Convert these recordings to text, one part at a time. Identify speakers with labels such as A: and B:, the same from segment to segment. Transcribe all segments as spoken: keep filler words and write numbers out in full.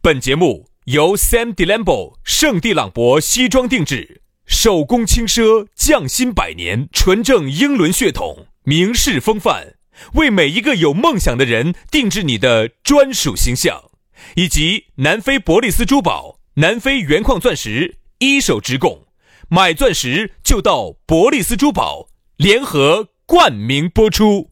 A: 本节目由 Sam Delambo 圣地朗博西装定制，手工轻奢，匠心百年，纯正英伦血统，名士风范，为每一个有梦想的人定制你的专属形象。以及南非伯利斯珠宝、南非原矿钻石一手直供，买钻石就到伯利斯珠宝，联合冠名播出。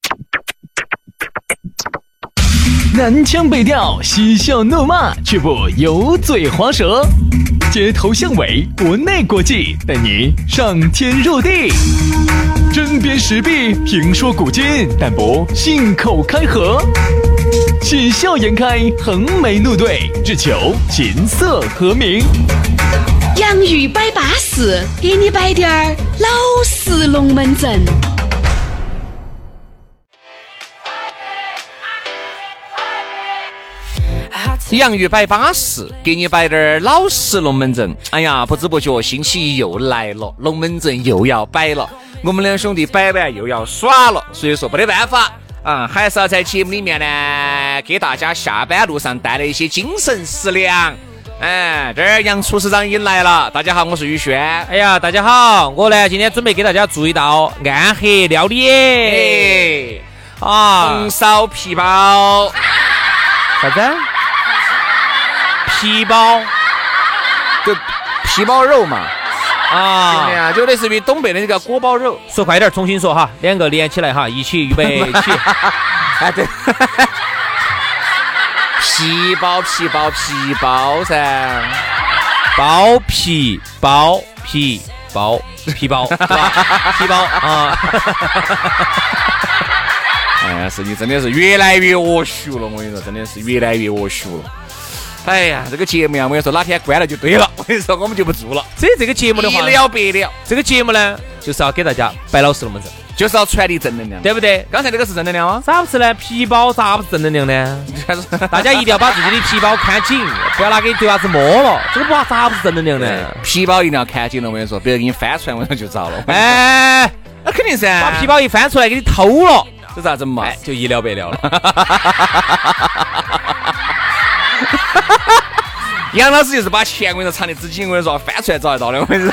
B: 南腔北调，嬉笑怒骂，却不油嘴滑舌，街头巷尾，国内国际，带你上天入地，针砭时弊，评说古今，但不信口开河，喜笑颜开，横眉怒对，只求琴瑟和鸣。
C: 洋芋摆巴士，给你摆点儿老式龙门阵。
D: 洋芋摆巴士，给你摆点老实龙门阵。哎呀，不知不觉星期一又来了，龙门阵又要摆了，我们两兄弟摆完又要耍了，所以说没得办法啊，还是要在节目里面呢，给大家下班路上带来一些精神食粮。哎，这儿杨厨师长已经来了，大家好，我是宇轩。
E: 哎呀，大家好，我呢今天准备给大家做一道暗黑料理。
D: 哎，
E: 啊，
D: 红烧皮包。
E: 啥子？皮包，
D: 就皮包肉嘛，
E: 啊，
D: 对呀，就类似于东北的那个锅包肉。
E: 说快点，重新说哈，两个连起来哈，一起预备起。
D: 哎，对，皮包皮包皮包噻，
E: 包皮包皮包皮包，是吧？皮包啊。
D: 哎呀，是你真的是越来越恶俗了，我跟你说，真的是越来越恶俗了。哎呀，这个节目呀，我跟你说，哪天关了就对了。我跟你说，我们就不做了。
E: 这这个节目的话，
D: 一了百了。
E: 这个节目呢，就是要给大家摆老实龙门阵，
D: 就是要传递正能量，
E: 对不对？
D: 刚才这个是正能量吗？
E: 咋不是呢？皮包咋不是正能量呢？大家一定要把自己的皮包看紧，不要拿给对娃子摸了。这个不咋不是正能量呢？
D: 皮包一定要看紧了，我跟你说，别人给你翻出来，我就糟了。
E: 哎，
D: 那肯定噻，
E: 把皮包一翻出来给你偷了，
D: 这咋整嘛？
E: 哎，就一了百了了。
D: 杨老师就是把钱我跟你说藏得自己，我跟你说翻出来找得到的，我跟你说。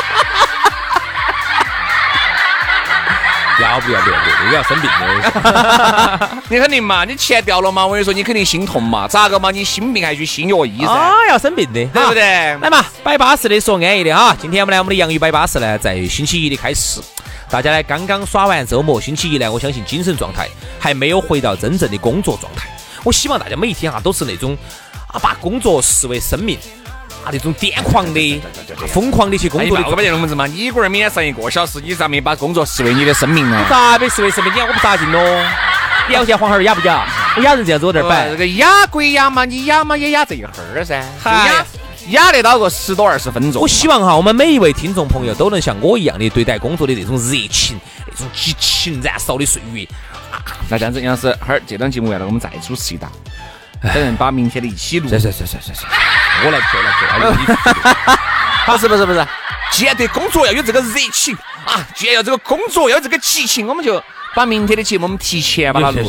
E: 要不要不要不要，这个要生病的。
D: 你肯定嘛，你钱掉了嘛，我跟你说你肯定心痛嘛，咋个嘛？你心病还去心药医噻？
E: 啊，要生病的，
D: 对不对？
E: 来嘛，摆巴适的说安逸的哈。今天我们来我们的洋芋摆巴适呢，在星期一的开始，大家呢刚刚耍完周末，星期一呢，我相信精神状态还没有回到真正的工作状态。我希望大家每一天啊都是那种啊把工作视为生命啊那种癫狂的、疯狂的去工作的。
D: 我把这龙门阵嘛，你一个人每天上一个小时，你咋没把工作视为你的生命呢？
E: 咋没视为生命？你看我不咋劲咯。你要像黄孩儿哑不哑？我哑成这样子，我这儿摆。
D: 这个哑归哑嘛，你哑嘛也哑这一会儿噻，哑哑得到个十多二十分钟。
E: 我希望哈，我们每一位听众朋友都能像我一样的对待工作的那种热情、那种激情燃烧的岁月。
D: 那这样子，杨老师，哈儿这档节目完了，我们再主持一档，等人把明天的一起录。
E: 是是是是是是，我来做来做。
D: 不是不是不是，既然对工作要有这个热情啊，既然要这个工作要有这个激情，我们就把明天的节目我们提前把它录。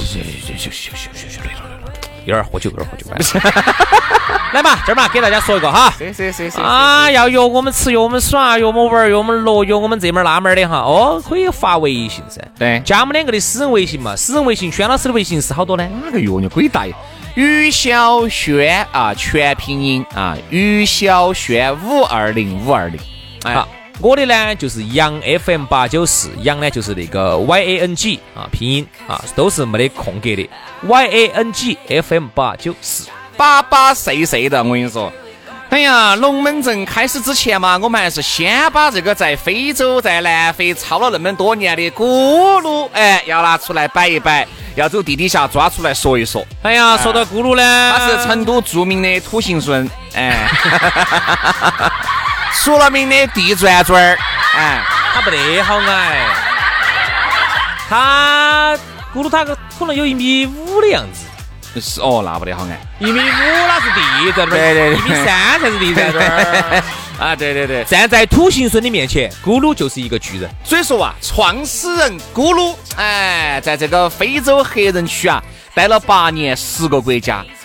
E: 有点喝酒，有点喝酒。来嘛，这儿嘛，给大家说一个哈。
D: 是是是是
E: 啊，要约我们吃，约我们耍，约我们玩，约我们乐，约我们这门那门的哈。哦，可以发微信噻。
D: 对，
E: 加我们两个的私人微信嘛。私人微信，轩老师的微信是好多呢？
D: 哪个哟？你鬼大爷！于小轩啊，全拼音啊，于小轩五二零五二零。
E: 哎，我的呢就是杨 F M 八九四，杨呢就是那个 Y A N G 啊，拼音啊都是没得空格的 Y A N G F M 八九四。
D: 巴巴碎碎的，我跟你说，哎呀，龙门阵开始之前嘛，我们还是先把这个在非洲、在南非操了那么多年的咕噜，哎，要拿出来摆一摆，要走地底下抓出来说一说。
E: 哎呀，说到咕噜呢，
D: 他是成都著名的土行孙，哎，出了名的地转转儿，哎，
E: 他不得好矮，他咕噜他可能有一米五的样子。
D: 是哦，那不得好矮，
E: 一米五那是地转转，
D: 对对对，
E: 一米三才是地转转
D: 啊，对对对，
E: 站在土行孙的面前，咕噜就是一个巨人。
D: 所以说啊，创始人咕噜，哎，在这个非洲黑人区啊，待了八年，十个国家，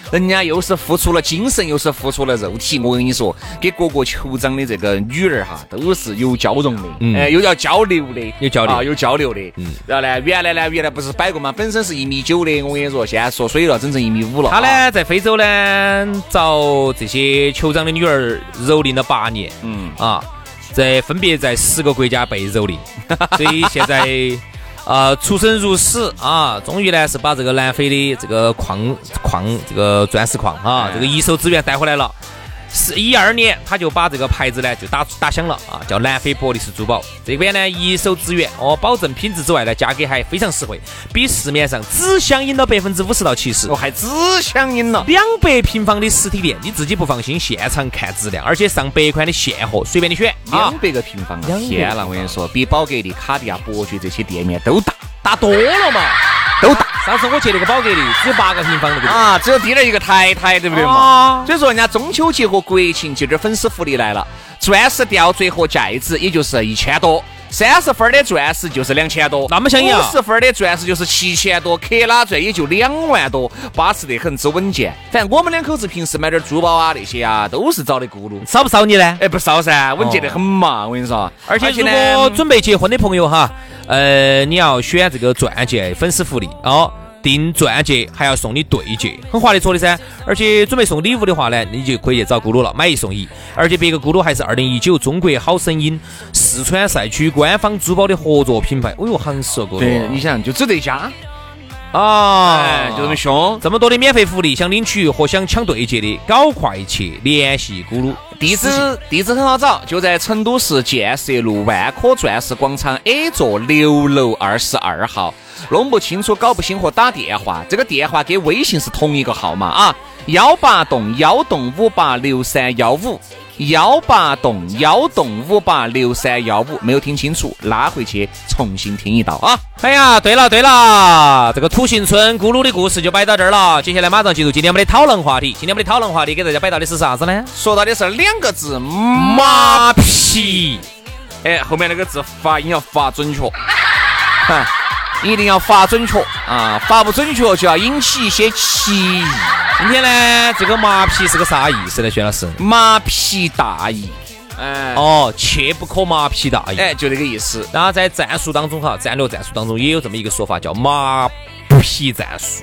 D: 人家又是付出了精神，又是付出了肉体。我跟你说，给各个酋长的这个女儿哈，都是有交融的，嗯，哎，又要交流的，
E: 有交流
D: 啊，有交流的。嗯，然后呢，原来呢，原来不是摆过嘛，本身是一米九的，我跟你说，现在缩水了，整成一米五了。
E: 他呢，在非洲呢，找这些酋长的女儿蹂躏了八年，嗯啊，在分别在十个国家被蹂躏，所以现在。呃，出生入死啊，终于呢是把这个南非的这个矿矿这个钻石矿啊，这个一手资源带回来了。是一二年，他就把这个牌子呢就打打响了啊，叫南非伯利斯珠宝。这边呢一手资源哦，保证品质之外呢，价格还非常实惠，比市面上只相应了百分之五十到七十，
D: 哦，还只相应了。
E: 两百平方的实体店，你自己不放心，现场看质量，而且上百款的现货，随便你选。
D: 两百个平方啊！天了，我跟你说，比宝格丽、卡地亚、伯爵这些店面都大，
E: 大多了嘛。
D: 都大，
E: 上次我去那个宝格丽只有八个平方那个
D: 啊，只有低了一个台台，对不对嘛？啊、所以说人家中秋节和国庆节的粉丝福利来了，钻石吊坠和戒指也就是一千多，三十分的钻石就是两千多，
E: 那么想要
D: 五十分的钻石就是七千多，克拉钻也就两万多，巴适得很，之稳健。反正我们两口子平时买点珠宝啊那些啊，都是找的咕噜，
E: 少不少你呢？
D: 哎，不少噻，稳健得很嘛，我跟你说。
E: 而且如果准备结婚的朋友哈。呃，你要选这个钻戒粉丝福利哦，订钻戒还要送你对戒，很划得着的噻。而且准备送礼物的话呢，你就可以去找咕噜了，买一送一。而且别个咕噜还是二零一九中国好声音四川赛区官方珠宝的合作品牌。哎呦，行实咕噜！
D: 对，你想就只这家
E: 啊，
D: 哎，就这么凶，
E: 这么多的免费福利，想领取或想抢对戒的，赶快去联系咕噜。
D: 地址地址很好找，就在成都市建设路万科钻石广场 A 座六楼二十二号。弄不清楚搞不清或打电话，这个电话跟微信是同一个号码啊，幺八栋幺栋五八六三幺五，幺八栋幺栋五八六三幺五，没有听清楚，拉回去重新听一道啊！
E: 哎呀，对了对了，这个土行村咕噜的故事就摆到这儿了，接下来马上进入今天我们的讨论话题。今天我们的讨论话题给大家摆到的是啥子呢？
D: 说到的是两个字，
E: 马屁。
D: 哎，后面那个字发音要发准确。一定要发准确啊！发不准确就要引起一些歧义。
E: 今天呢，这个马屁是个啥意思呢？薛老师，
D: 马屁大意。
E: 哎，哦，切不可马屁大意。
D: 哎，就这个意思。
E: 然后在战术当中哈，战略战术当中也有这么一个说法，叫马屁战术。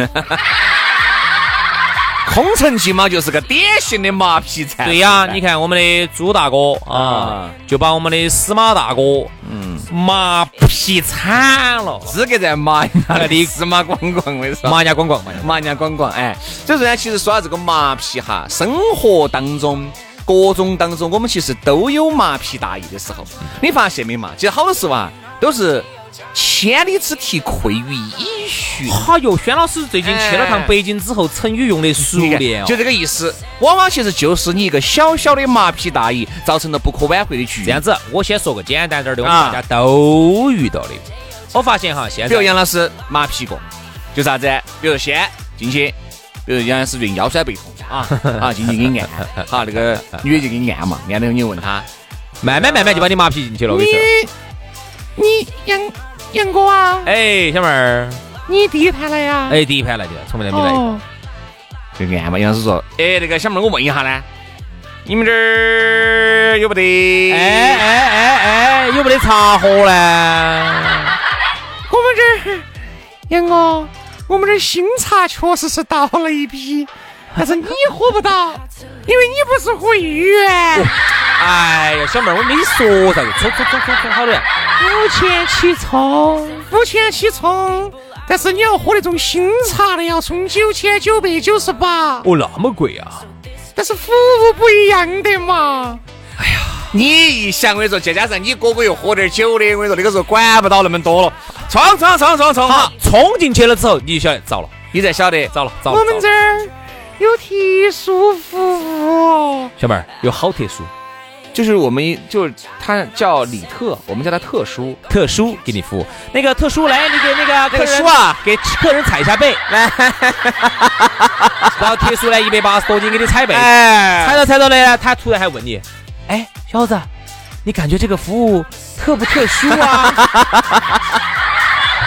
D: 空城计嘛，就是个典型的马屁战术。
E: 对呀、啊，你看我们的朱大哥啊，就把我们的司马大哥，嗯，马屁惨了，
D: 资格在马家的司马广广，我跟你说，
E: 马家广广，
D: 马家广广，哎，所以说呢，其实说到这个马屁哈，生活当中各种当中，我们其实都有马屁大意的时候。你发现没嘛？其实好多时候啊，都是千里之堤溃于蚁穴。
E: 哎呦，轩老师最近去了趟北京之后，成语用的熟练、哦，
D: 就这个意思。往往其实就是你一个小小的马屁大意，造成了不可挽回的局面。
E: 这样子，我先说个简单点的，我们大家都遇到的。啊、我发现哈，现在
D: 比如杨老师马屁过，就啥子？比如先进去，比如杨老师最近腰酸背痛啊啊，进去给你按，好，那个女的就给你按嘛，按了你问他，
E: 慢慢慢慢就把你马屁进去了。我跟你说，
F: 你杨杨哥啊，
E: 哎，小妹儿。
F: 你第一盘了呀？
E: 哎，第一盘来的，从来没来过。
D: 就按嘛，杨老师说，哎，那个小妹儿，我问一下呢，你们这儿有不得？
E: 哎哎哎哎，有不得茶喝呢？
F: 我们这儿，杨哥，我们这儿新茶确实是到了一批，但是你喝不到，因为你不是会员。
E: 哎呀，小妹儿，我没说啥子，冲冲冲冲冲，好的。
F: 付钱起冲，付钱起冲。但是你要喝那种新茶的，要充九千九百九十八。
E: 哦，那么贵啊！
F: 但是服务不一样的嘛。
D: 哎呀，你一想，我跟你说，再加上你哥哥又喝点酒的，我跟你说，那个时候管不到那么多了。冲冲冲冲冲！
E: 好，冲进去了之后，你就晓得糟了，
D: 你才晓得
E: 糟了糟了。
F: 我们这儿有特殊服务。
E: 小妹儿，有好特殊。
D: 就是我们就是它叫李特，我们叫它特殊，
E: 特殊给你服务。那个特殊来，你给那个客人
D: 啊，
E: 给客人踩一下背来，然后特殊来一百八十多斤给你踩背，
D: 哎，
E: 踩到踩到呢，他突然还问你，哎，小伙子，你感觉这个服务特不特殊啊？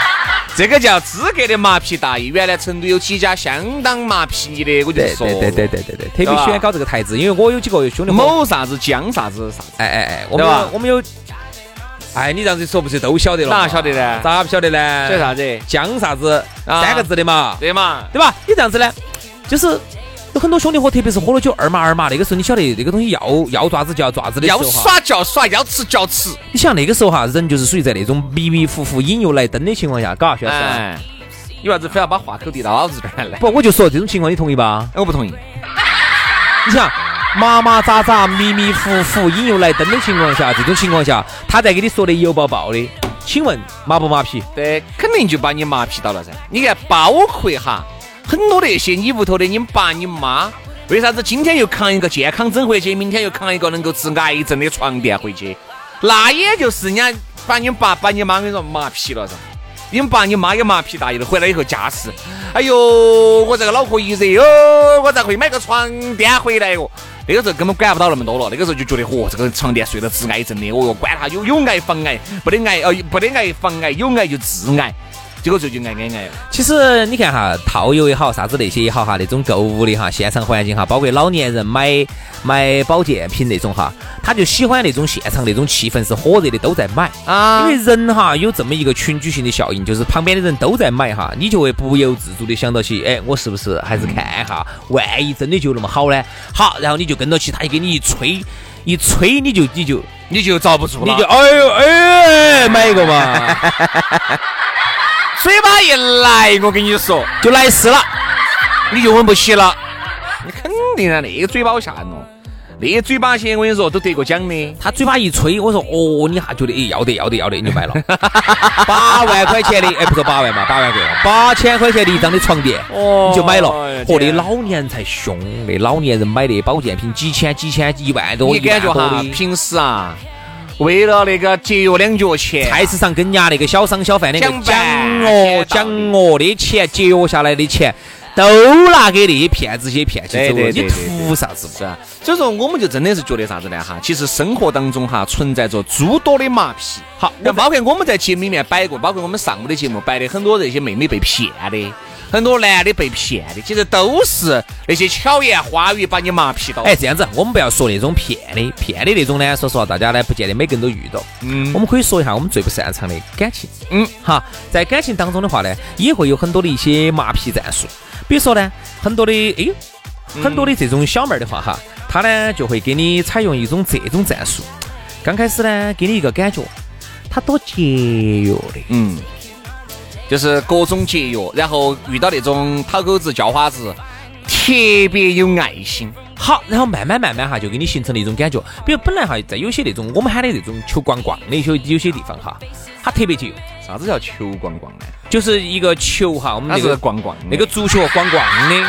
D: 这个叫资格的马屁大爷。原来成都有几家相当马屁的，我就说，
E: 对对对对对对，特别喜欢搞这个台子，因为我有几个兄弟，
D: 某啥子江啥子啥子，
E: 哎哎哎，我们有我们有，哎，你这样子说不是都晓得了？
D: 哪晓得呢？
E: 咋不晓得呢？
D: 晓得啥子？
E: 江啥子三个字的嘛？
D: 对嘛？
E: 对吧？你这样子呢，就是有很多兄弟伙，特别是喝了酒二麻二麻，那个时候你晓得那个东西要要爪子就要爪子的时候，
D: 要耍就要耍，要吃就要吃。
E: 你想那个时候哈，人就是属于在那种迷迷糊糊、引诱来灯的情况下，嘎，徐老师。
D: 哎，有啥子非要把话口递到老子这儿来？
E: 不，我就说这种情况，你同意吧？
D: 我不同意。
E: 你想，麻麻杂杂、迷迷糊糊、引诱来灯的情况下，这种情况下，他在给你说的油爆爆的，请问麻不麻皮？
D: 对，肯定就把你麻皮到了噻。你看，包括哈很多那些你屋头的你爸你妈，为啥子今天又扛一个健康枕回去，明天又扛一个能够治癌症的床垫回去？那也就是人家把你爸把你妈跟你说麻皮了噻。你们爸你妈也麻皮大爷的，回来以后家事，哎呦，我这个脑壳一热哦，我咋会买个床垫回来哟？那个时候根本管不到那么多了，那个时候就觉得嚯、哦，这个床垫睡了治癌症的，哦哟，管他有有癌防癌，不得癌呃不得癌防癌，有癌就治癌。结果最近挨挨挨。
E: 其实你看哈，套邮也好，啥子那些也好哈，那种购物的哈，现场环境哈，包括老年人买买保健品那种哈，他就喜欢那种现场那种气氛是火热的，都在买啊。因为人哈有这么一个群居性的效应，就是旁边的人都在买哈，你就会不由自主的想到起，哎，我是不是还是看一下，万一真的就那么好呢？好，然后你就跟到起，他一给你一吹，一吹你就你就
D: 你就遭不住了，
E: 你就哎呦哎，买一个嘛。
D: 嘴巴一来，我跟你说
E: 就来事了，
D: 你就稳不起了。你肯定啊，那个嘴巴好吓人哦，那个嘴巴些我跟你说都得过奖的。
E: 他嘴巴一吹，我说哦，你还觉得哎要得要得要得，你就买了。八万块钱的，哎不说八万嘛，八万贵了，八千块钱的一张的床垫，哦、你就买了。嚯、哦，那老年人才凶，那老年人买的保健品几千几千一万多，
D: 你感觉哈，平时啊。为了那个节约两角钱，
E: 菜市场跟人家那个小商小贩那个奖哦奖哦的钱，节约下来的钱都拿给那些骗子些骗去走了，你图啥子
D: 是啊？所以说我们就真的是觉得啥子呢哈？其实生活当中哈存在着诸多的马屁。好，那包括我们在节目里面摆过，包括我们上午的节目摆的很多这些妹妹被骗的。很多男的被骗的，其实都是那些巧言花语把你麻痹到。
E: 哎，这样子，我们不要说那种骗的，骗的那种呢，说实话，大家呢不见得每个人都遇到。嗯，我们可以说一下我们最不擅长的感情。嗯，哈，在感情当中的话呢，也会有很多的一些麻痹战术。比如说呢，很多的哎，很多的这种小妹儿的话哈，她呢就会给你采用一种这种战术。刚开始呢，给你一个感觉，她多节约的。
D: 嗯。就是各种节约，然后遇到那种讨狗子叫花子，特别有爱心。
E: 好，然后慢慢慢慢哈，就给你形成了一种感觉。比如本来哈，在有些那种我们喊的那种求光光的有有些地方哈，它特别节约。
D: 啥子叫求光光呢？
E: 就是一个球哈，我们那个
D: 光光，
E: 那个足球光光的。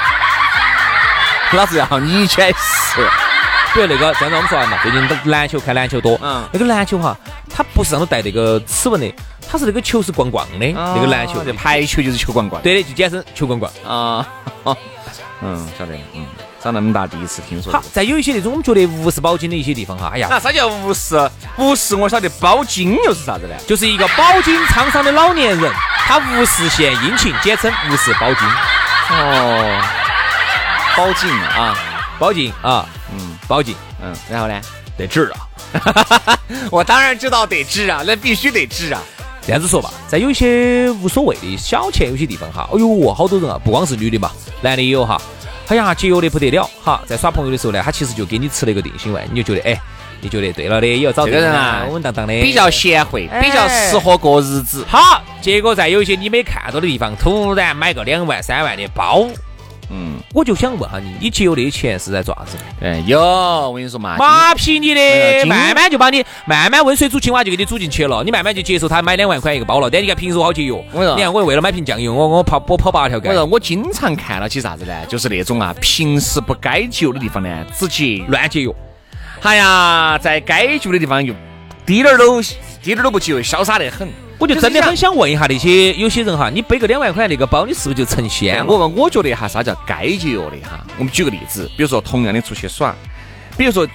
D: 老子要你解释。
E: 比如那个，这样子我们说完嘛，最近篮球看篮球多，嗯，那个篮球哈，它不是上头带那个齿纹的。它是那个球是光光的，哦、那个篮球，
D: 这排球就是球光光，
E: 对的，就简称球光光
D: 啊。嗯，晓得，嗯，长那么大第一次听说。
E: 好，在有一些那种我们觉得无视包金的一些地方哈，哎呀，
D: 那啥叫无视？无视我晓得包金又是啥子呢？
E: 就是一个包金沧桑的老年人，他无事献殷勤，简称无视包金。
D: 哦，包金啊，
E: 包金啊，
D: 嗯，
E: 包金，
D: 嗯，然后呢，
E: 得治啊。
D: 我当然知道得治啊，那必须得治啊。
E: 这样子说吧，在有一些无所谓的小钱，有些地方哈，哎呦，好多人啊，不光是女的嘛，男的也有哈。哎呀，节约的不得了哈，在耍朋友的时候呢，他其实就给你吃了一个定心丸，你就觉得哎，你觉得对了的，也要找
D: 这个人啊，
E: 稳稳当当的，
D: 比较贤惠，比较适合过日子。
E: 好，结果在有一些你没看到的地方，突然买个两万、三万的包。嗯，我就想问下你，你节约的钱是在做啥子？
D: 哎，有，我跟你说嘛，
E: 马屁你的，慢慢就把你慢慢温水煮青蛙就给你煮进去了，你慢慢就接受他买两万块一个包了。但你看平时我好节约，你看我为了买瓶酱油，我我跑我跑八条街。
D: 我说我经常看到起啥子呢？就是那种啊，平时不该节约的地方呢，直接
E: 乱节约。
D: 哎呀，在该节约的地方又滴点儿都滴点儿都不节约，潇洒得很。
E: 我就真的很想问一下那些有些人哈，你背个两万块那个包，你是不是就成仙了？
D: 我问，我觉得哈，啥叫该节约的哈？我们举个例子，比如说同样的出去耍，比如说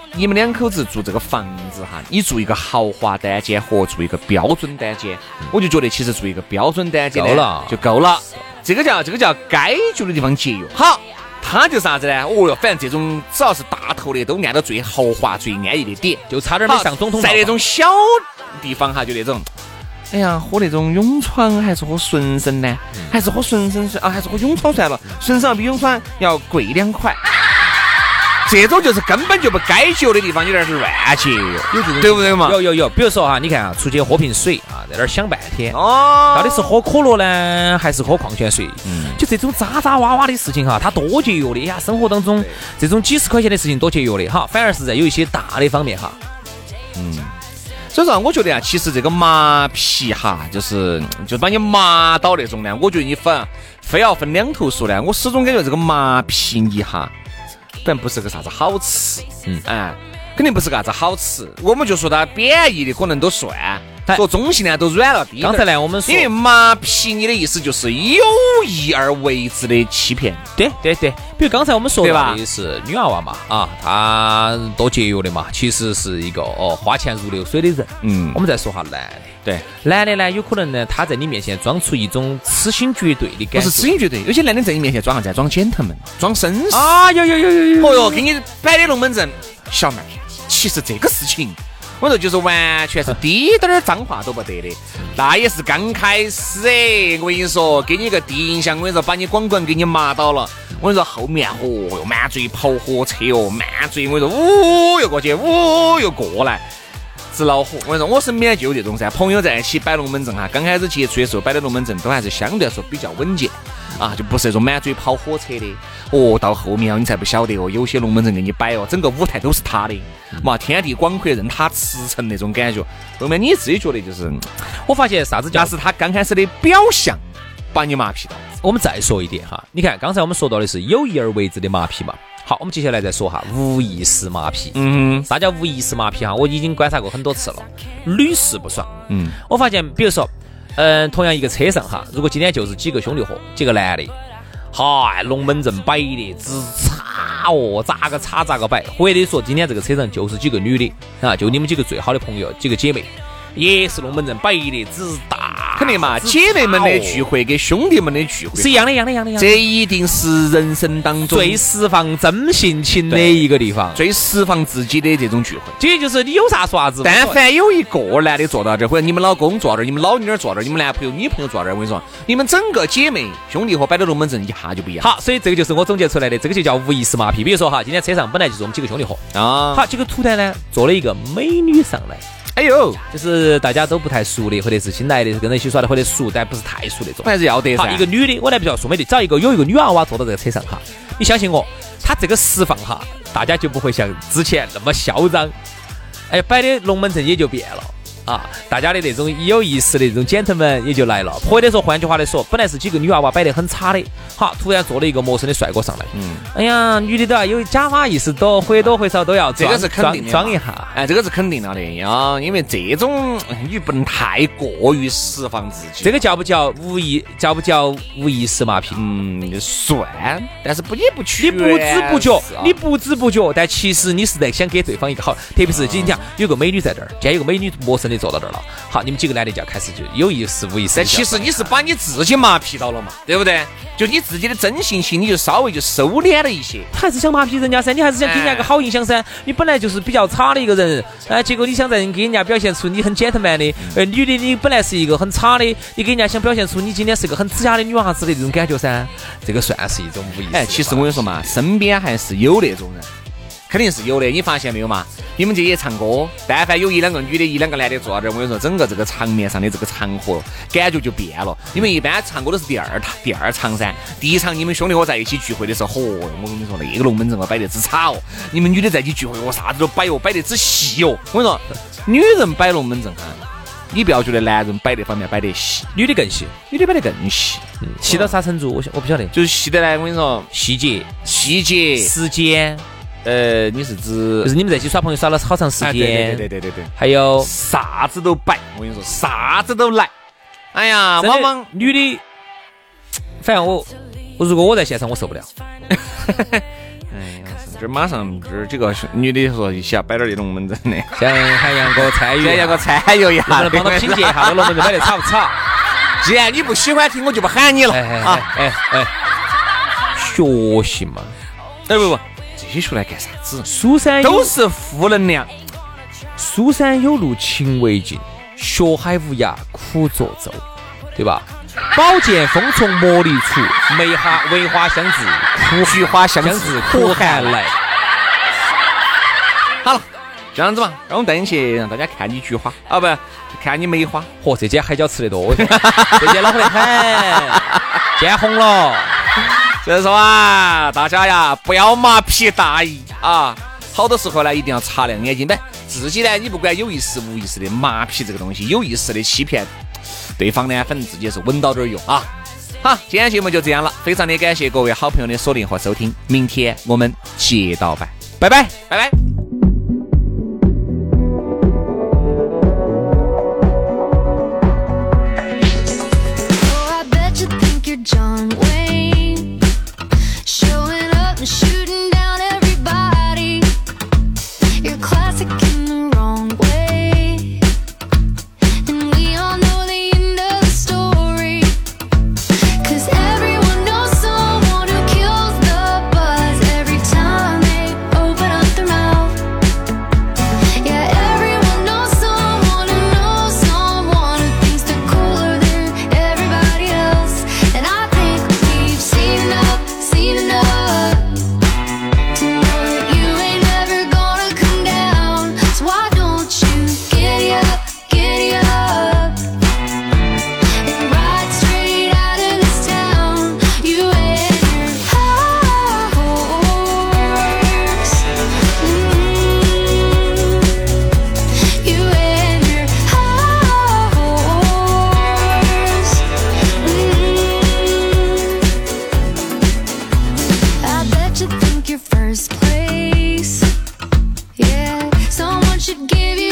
D: 你们两口子住这个房子哈，你住一个豪华单间和住一个标准单间，我就觉得其实住一个标准单间
E: 够了
D: 就够了。这个叫这个叫该住的地方节约。好，他就啥子呢？哦哟，反正这种只要是大头的都按到最豪华、最安逸的点，
E: 就差点没上总统套房。
D: 在那种小地方哈，就那种。哎呀，喝那种永川还是喝纯生呢？嗯、还是喝纯生算啊？还是喝永川算了？纯生比永川要贵两块。这种就是根本就不该节约的地方，有点是乱节约，有这种对不对嘛？
E: 有有有，比如说哈，你看啊，出去喝瓶水啊，在那儿想半天哦，到底是喝可乐呢，还是喝矿泉水？嗯，就这种渣渣哇哇的事情哈，它多节约的呀！生活当中这种几十块钱的事情多节约的哈，反而是在有一些大的方面哈，
D: 嗯。所以说，我觉得啊，其实这个麻皮哈，就是就是把你麻到那种呢，我觉得你分非要分两头说呢，我始终感觉这个麻皮你哈，本不是个啥子好吃，嗯，哎，肯定不是个啥子好吃，我们就说它贬义的可能都算，说中性呢都软了低。
E: 刚才呢我们说，
D: 因为麻皮你的意思就是有意而为之的欺骗，
E: 对对对，比如刚才我们说到的是女娃娃嘛，啊，她多节约的嘛，其实是一个哦花钱如流水的人。嗯，我们再说下男的，
D: 对，
E: 男的呢有可能呢他在你面前装出一种痴心绝对的感觉，
D: 不是痴心绝对，有些男的在你面前装啥子？装gentleman，装绅士
E: 啊，有有有有有，
D: 哦哟，给你摆的龙门阵，小妹儿，其实这个事情。我说就是完全是滴点儿脏话都不得的，那也是刚开始哎，我跟你说，给你个第一印象，我跟你说，把你光棍给你麻到了。我跟你说后面哦哟，满嘴跑火车哦，满嘴我跟你说，呜又过去，呜又过来，直恼火。我跟你说，我身边就有这种噻，朋友在一起摆龙门阵哈，刚开始接触的时候摆的龙门阵都还是相对来说比较稳健。啊，就不是那种满嘴跑火车的哦，到后面你才不晓得哦，有些龙门阵给你摆哦，整个舞台都是他的，嘛，天地广阔任他驰骋那种感觉。后面你自己觉得就是，
E: 我发现啥子叫？
D: 那是他刚开始的表象，把你麻痹到。
E: 我们再说一点哈，你看刚才我们说到的是有意而为之的麻痹嘛，好，我们接下来再说哈无意识麻痹。嗯，啥叫无意识麻痹哈？我已经观察过很多次了，屡试不爽。嗯，我发现，比如说。嗯，同样一个车上哈，如果今天就是几个兄弟伙，几个男的，嗨，龙门阵摆的直插哦，咋个插咋个摆，或者说今天这个车上就是几个女的啊，就你们几个最好的朋友，几个姐妹，也是龙门阵摆的直大，
D: 肯定嘛，姐妹们的聚会跟兄弟们的聚会
E: 是一样的，一样的，一样的，
D: 这一定是人生当中
E: 最释放真性情的一个地方，
D: 最释放自己的这种聚会。
E: 这就是你有啥说啥子。
D: 但凡有一个男的坐到这儿，或者你们老公坐到这儿，你们老女儿坐到这儿，你们男朋友、女朋友坐到这儿，我跟你说，你们整个姐妹兄弟伙摆的龙门阵一下就不一样。
E: 好，所以这个就是我总结出来的，这个就叫无意识麻痹。比如说哈，今天车上本来就是我们几个兄弟伙啊，好，结果突然呢坐了一个美女上来。
D: 哎呦，
E: 就是大家都不太熟的，或者是新来的，跟人一起耍的，或者熟但不是太熟那种，
D: 还是要得噻。
E: 好，一个女的，我来比较说美的，只要一个有一个女娃娃坐到这个车上哈，你相信我，她这个释放哈，大家就不会像之前那么嚣张，哎，摆的龙门阵也就变了。啊，大家的那种有意思的这种gentleman也就来了，或者说换句话来说，本来是几个女娃娃摆得很差的，好，突然坐了一个陌生的帅哥上来，嗯，哎呀，女的都要有假马意思，多或多或少都要
D: 这个是肯定的，
E: 装一下，
D: 哎，这个是肯定了的呀，因为这种你不能太过于释放自己，
E: 这个叫不叫无意，叫不叫无意识麻痹？
D: 嗯，算，但是不也不全，
E: 你不知不觉，你不知不觉，但其实你是在想给对方一个好，特别是今天有个美女在这儿，今天有个美女陌生的坐到这儿了，好，你们几个男的就要开始就有意识无意识。
D: 但其实你是把你自己麻痹到了嘛，对不对？就你自己的真性情，你就稍微就收敛了一些。
E: 他还是想麻痹人家噻，你还是想给人家个好印象噻。你本来就是比较差的一个人，哎，结果你想在给人家表现出你很 gentleman 的，呃，女的你本来是一个很差的，你给人家想表现出你今天是个很指甲的女娃子的这种感觉噻，这个算是一种无意识。
D: 哎，其实我跟你说嘛，身边还是有那种人。肯定是有的，你发现没有嘛？你们这些唱歌，但凡有一两个女的，一两个男的坐在这儿，我跟你说，整个这个场面上的这个场合感觉就变了。你们一般唱歌都是第二场，第二场噻。第一场你们兄弟伙在一起聚会的时候，嚯、哦，我跟你说那个龙门阵我摆得之差哦。你们女的在一起聚会，我啥子都摆哦，摆得之细哦。我跟你说，女人摆龙门阵哈，你不要觉得男人摆那方面摆得细，
E: 女的更细，
D: 女的摆得更细，
E: 嗯，细到啥程度？我我不晓得，
D: 就是细的来，我跟你说，
E: 细节、
D: 细节、
E: 时间。
D: 呃，你是指
E: 就是你们在一起耍朋友耍了好长时间，
D: 对对对对对对，
E: 还有
D: 啥子都摆，我跟你说，啥子都来。哎呀，往往
E: 女的，反正我，我如果我在现场，我受不了。
D: 哎呀， 这马上这几个女的说一起要摆点这种龙门阵的，
E: 想喊杨哥参与，
D: 想杨哥参与一下，
E: 能不能帮他品鉴一下这龙门阵摆的吵不吵？
D: 既然你不喜欢听，我就不喊你了。
E: 哎哎哎哎哎，学习嘛，
D: 哎不不，这些学来干啥子？
E: 书山
D: 都是负能量。
E: 书山有路勤为径，学海无涯苦作舟，对吧？宝剑锋从磨砺出，梅花梅花香自苦
D: 菊花香
E: 自苦寒来。
D: 好了，这样子嘛，让我们带你去让大家看你菊花啊，不看你梅花。
E: 嚯，这间海椒吃得多，这间恼火得很，见红了。
D: 所以说啊，大家呀，不要麻痹大意啊，好多时候呢，一定要擦亮眼睛呗。自己呢，你不管有意识无意识的麻痹这个东西，有意识的欺骗对方呢，反正自己也是稳到点用啊。好，今天节目就这样了，非常的感谢各位好朋友的锁定和收听，明天我们接到拜，拜拜，拜拜。
G: John Wayne showing up and shooting down everybody. You're classic in the wrong way, and we all know the end of the story. Cause everyone knows someone who kills the buzz every time they open up their mouth. Yeah, everyone knows someone who knows someone who thinks they're cooler than everybody else. And I think we've seen enough, seen enough to know that you ain't never gonna come down. So why don't you giddy up, giddy up and ride straight out of this town? You and your horse, mm-hmm. You and your horse, mm-hmm. I bet you think you're first place. Yeah, someone should give you